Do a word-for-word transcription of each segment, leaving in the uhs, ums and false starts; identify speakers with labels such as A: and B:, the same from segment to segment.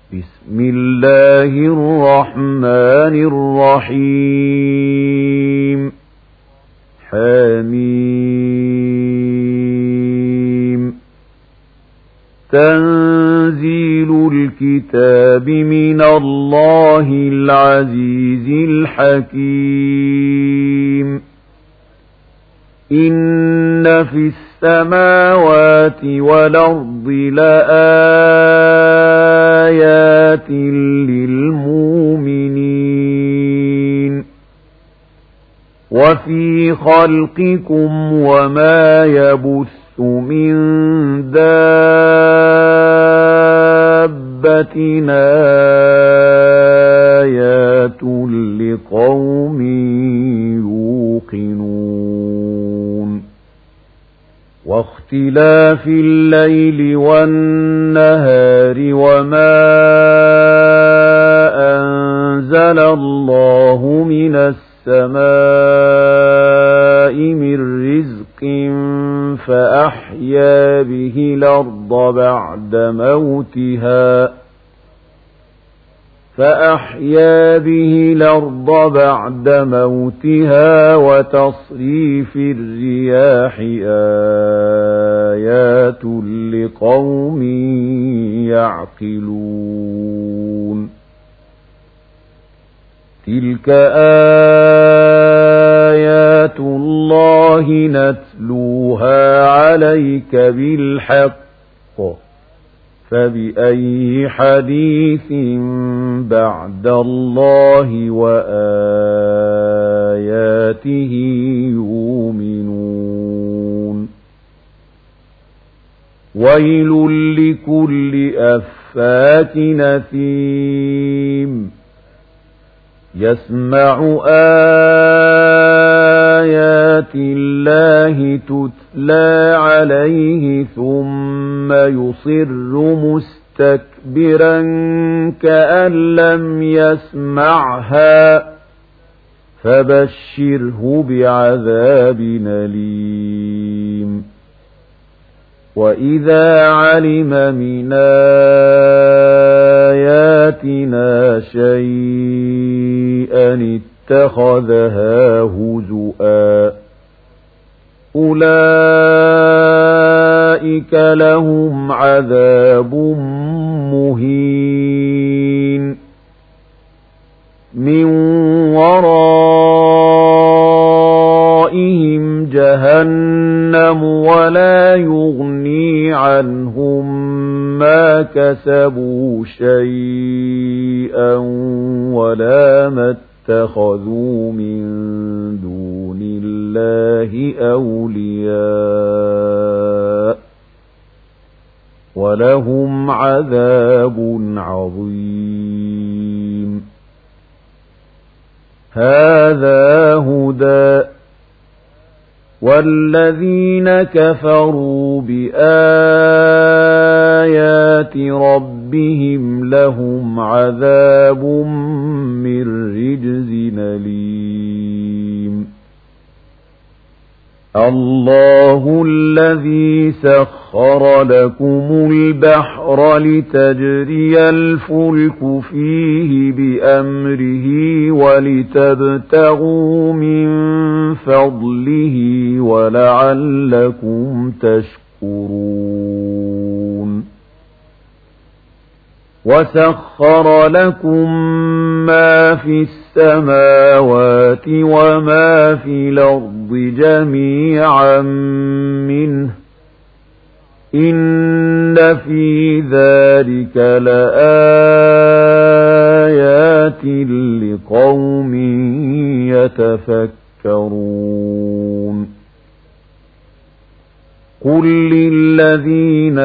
A: بسم الله الرحمن الرحيم حميم تنزيل الكتاب من الله العزيز الحكيم إن في السماوات والأرض لآيات للمؤمنين وفي خلقكم وما يبث من دابة آيات لقوم يوقنون واختلاف الليل والنهار وما أنزل الله من السماء من رزق فأحيا به الأرض بعد موتها فأحيا به الأرض بعد موتها وتصريف الرياح آيات لقوم يعقلون تلك آيات الله نتلوها عليك بالحق فبأي حديث بعد الله وآياته يؤمنون ويل لكل أفاك نثيم يسمع آيات الله تتلى عليه ثم يصر مستكبرا كأن لم يسمعها فبشره بعذاب أليم وإذا علم من آياتنا شيئا اتخذها هزؤا أولئك لهم عذاب مهين من ورائهم جهنم ولا يغني عنهم ما كسبوا شيئا ولا ما اتخذوا من دون الله أولياء ولهم عذاب عظيم هذا هدى والذين كفروا بآيات ربهم لهم عذاب من رجز أليم الله الذي سخر لكم البحر لتجري الفلك فيه بأمره ولتبتغوا من فضله ولعلكم تشكرون وسخر لكم ما في السماوات وما في الأرض جميعا منه إن في ذلك لآيات لقوم يتفكرون قل للذين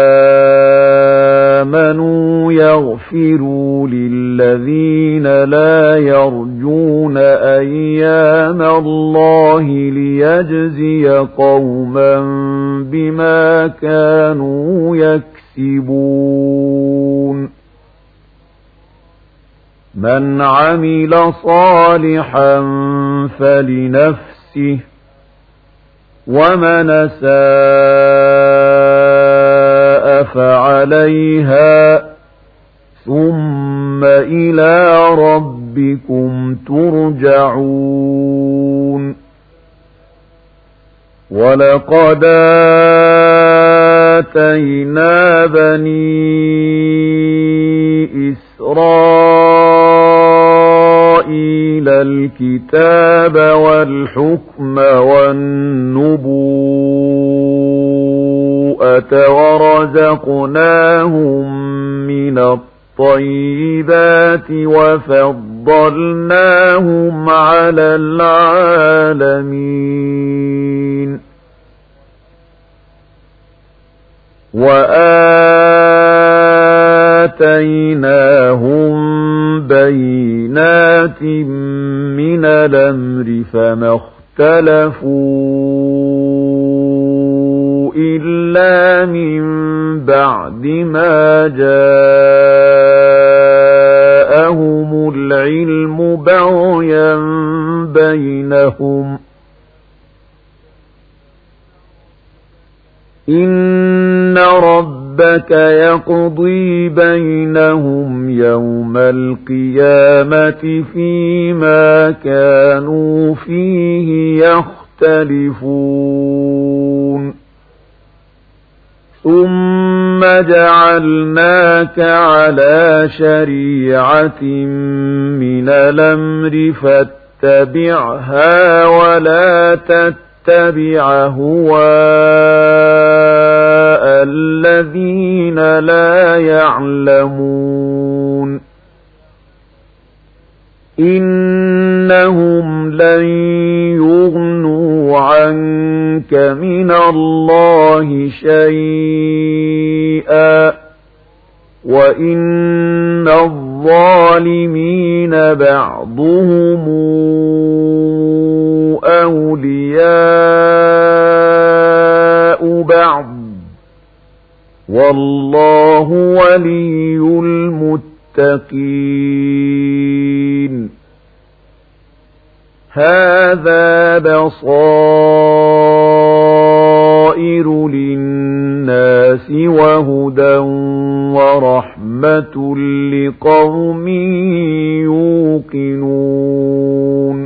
A: آمنوا يغفروا للذين لا يرجون أيام الله ليجزي قوما بما كانوا يكسبون من عمل صالحا فلنفسه ومن أساء فعليها ثم إلى ربكم ترجعون ولقد آتينا بني إسرائيل الكتاب والحكم والنبوءة ورزقناهم من الطيبات وفضلناهم على العالمين وآتيناهم بينات من الأمر فما اختلفوا إلا من بعد ما جاءهم العلم بغيا بينهم إن ربك يقضي بينهم يوم القيامة فيما كانوا فيه يختلفون ثم جعلناك على شريعة من الأمر فاتبعها ولا تتبع هواء الذين لا يعلمون إنهم لن يغنوا عنك من الله شيئا وإن الظالمين بعضهم أولياء بعض والله ولي المتقين هذا بصائر للناس وهدى ورحمة لقوم يوقنون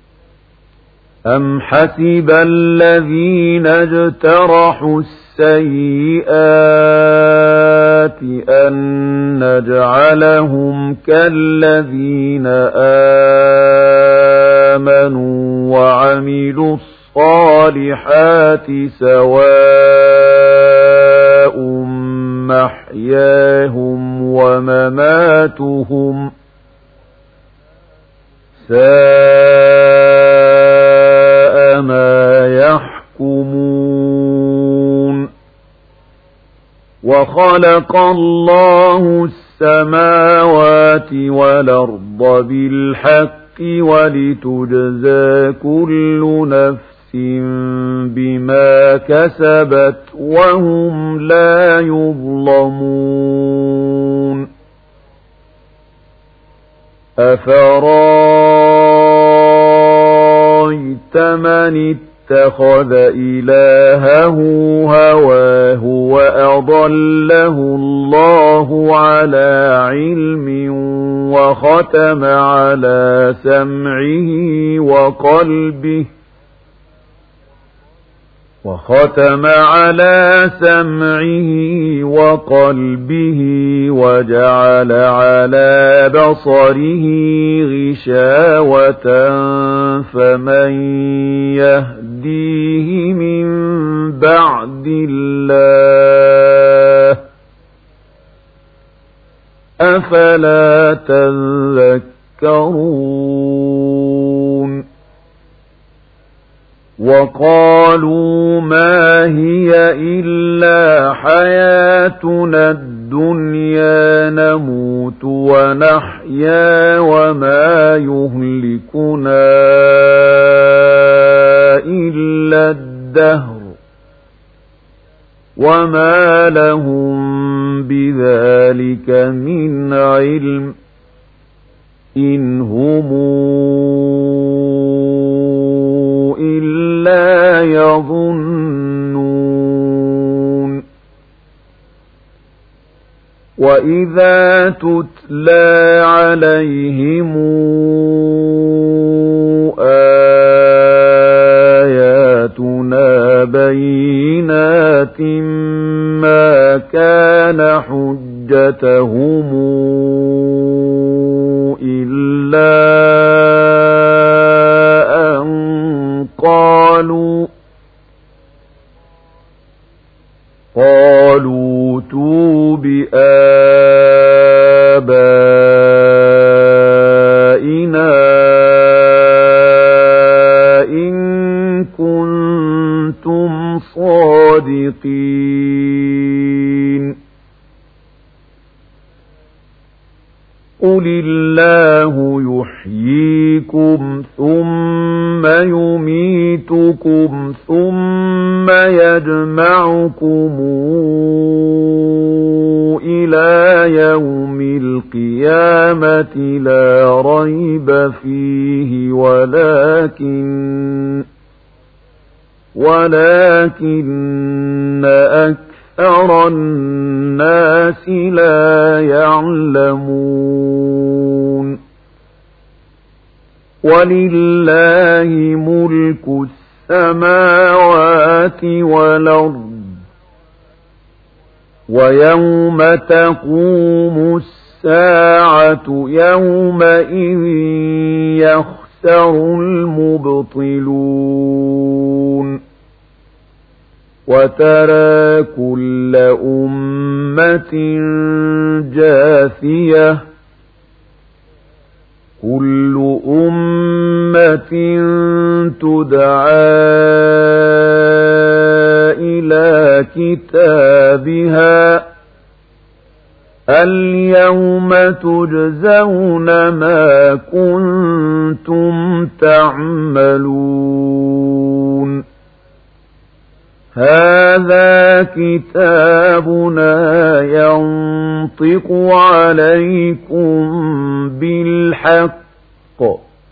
A: أم حسب الذين اجترحوا السيئات أن نجعلهم كالذين آمنوا وعملوا الصالحات سواء محياهم ومماتهم ساء ما يحكمون وخلق الله السماوات والأرض بالحق ولتجزى كل نفس بما كسبت وهم لا يظلمون أفرأيت من اتخذ إلهه هواه وأضله الله على علم وختم على سمعه وقلبه وختم على سمعه وقلبه وجعل على بصره غشاوة فمن يهديه من بعد الله أفلا تذكرون وقالوا ما هي إلا حياتنا الدنيا نموت ونحيا وما يهلكنا إلا الدهر وما لهم بذلك من علم إن هم إلا يظنون وَإِذَا تُتْلَى عَلَيْهِمْ آيَاتُنَا بَيِّنَاتٍ مَا كَانَ حُجَّتَهُمْ إِلَّا أَن قَالُوا قَالُوا ائْتُوا بِآبَائِنَا إِن كُنتُمْ صَادِقِينَ قُلِ اللَّهُ يُحْيِيكُمْ ثُمَّ يُمِيتُكُمْ ثُمَّ يَجْمَعُكُمْ إِلَى يَوْمِ الْقِيَامَةِ لَا رَيْبَ فِيهِ وَلَكِنَّ وَلَكِنَّ أَكْثَرَ النَّاسِ لَا يَعْلَمُونَ وَلِلَّهِ مُلْكُ السَّمَاوَاتِ وَالْأَرْضِ وَيَوْمَ تَقُومُ السَّاعَةُ يَوْمَئِذٍ يَخْسَرُ الْمُبْطِلُونَ وَتَرَى كُلَّ أُمَّةٍ جَاثِيَةً كُلُّ أُمَّةٍ تُدْعَى إِلَى كِتَابِهَا الْيَوْمَ تُجْزَوْنَ مَا كُنتُمْ تَعْمَلُونَ هَذَا كِتَابُنَا يَنطِقُ عَلَيْكُمْ بِالْحَقِّ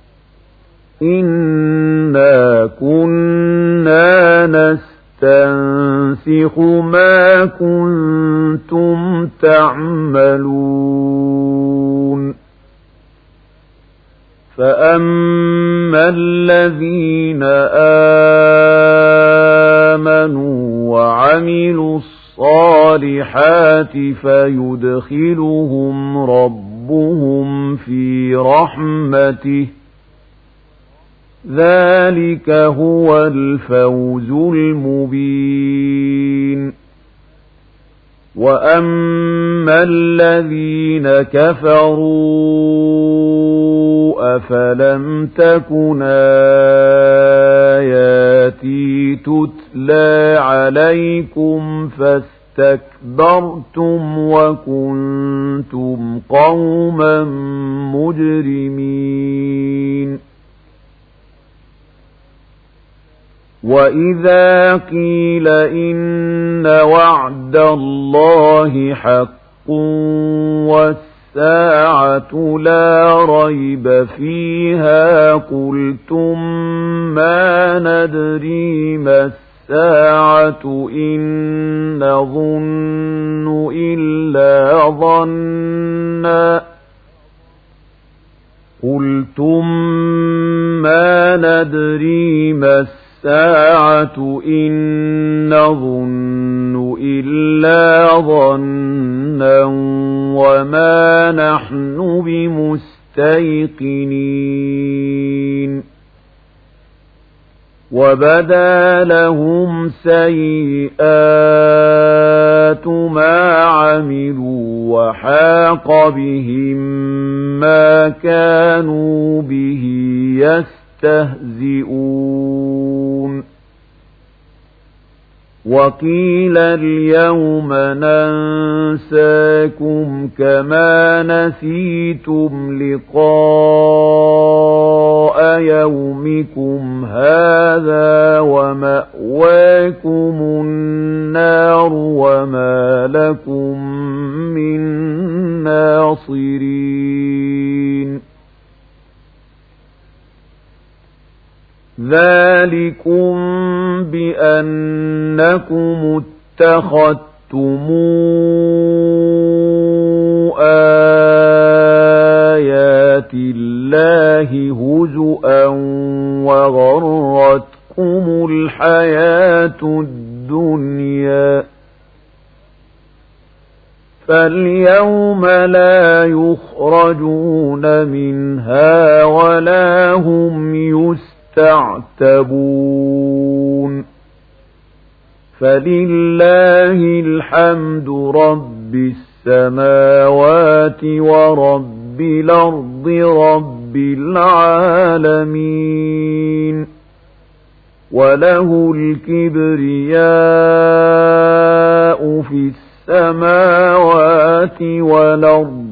A: إِنَّا كُنَّا نَسْتَنسِخُ مَا كُنتُمْ تَعْمَلُونَ فَأَمَّا الَّذِينَ آمَنُوا وَعَمِلُوا الصَّالِحَاتِ فَيُدْخِلُهُمْ رَبُّهُمْ فِي رَحْمَتِهِ ذَلِكَ هُوَ الْفَوْزُ المبين وَأَمَّا الَّذِينَ كَفَرُوا أَفَلَمْ تَكُنْ آيَاتِي تُتْلَى عَلَيْكُمْ فَاسْتَكْبَرْتُمْ وَكُنْتُمْ قَوْمًا مُجْرِمِينَ وَإِذَا قِيلَ إِنَّ وَعْدَ اللَّهِ حَقٌّ وَالسَّاعَةُ لَا رَيْبَ فِيهَا قُلْتُمْ مَا نَدْرِي مَا السَّاعَةُ إِن نَّظُنُّ إِلَّا ظَنًّا قُلْتُمْ مَا نَدْرِي مَا السَّاعَةُ إِن نَّظُنُّ إِلَّا ظَنًّا وَمَا نَحْنُ بِمُسْتَيْقِنِينَ وَبَدَا لَهُمْ سَيِّئَاتُ مَا عَمِلُوا وَحَاقَ بِهِم مَّا كَانُوا بِهِ يَسْتَهْزِئُونَ وَقِيلَ الْيَوْمَ نَنسَاكُمْ كَمَا نَسِيتُمْ لِقَاءَ يَوْمِكُمْ هَذَا وَمَأْوَاكُمُ النَّارُ وَمَا لَكُمْ مِن نَّاصِرِينَ ذَلِكُمْ بِأَنَّكُمُ اتَّخَذْتُمُ الحياة الدنيا فاليوم لا يخرجون منها ولا هم يستعتبون فلله الحمد رب السماوات ورب الأرض رب العالمين وله الكبرياء في السماوات والأرض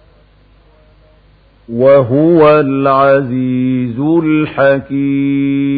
A: وهو العزيز الحكيم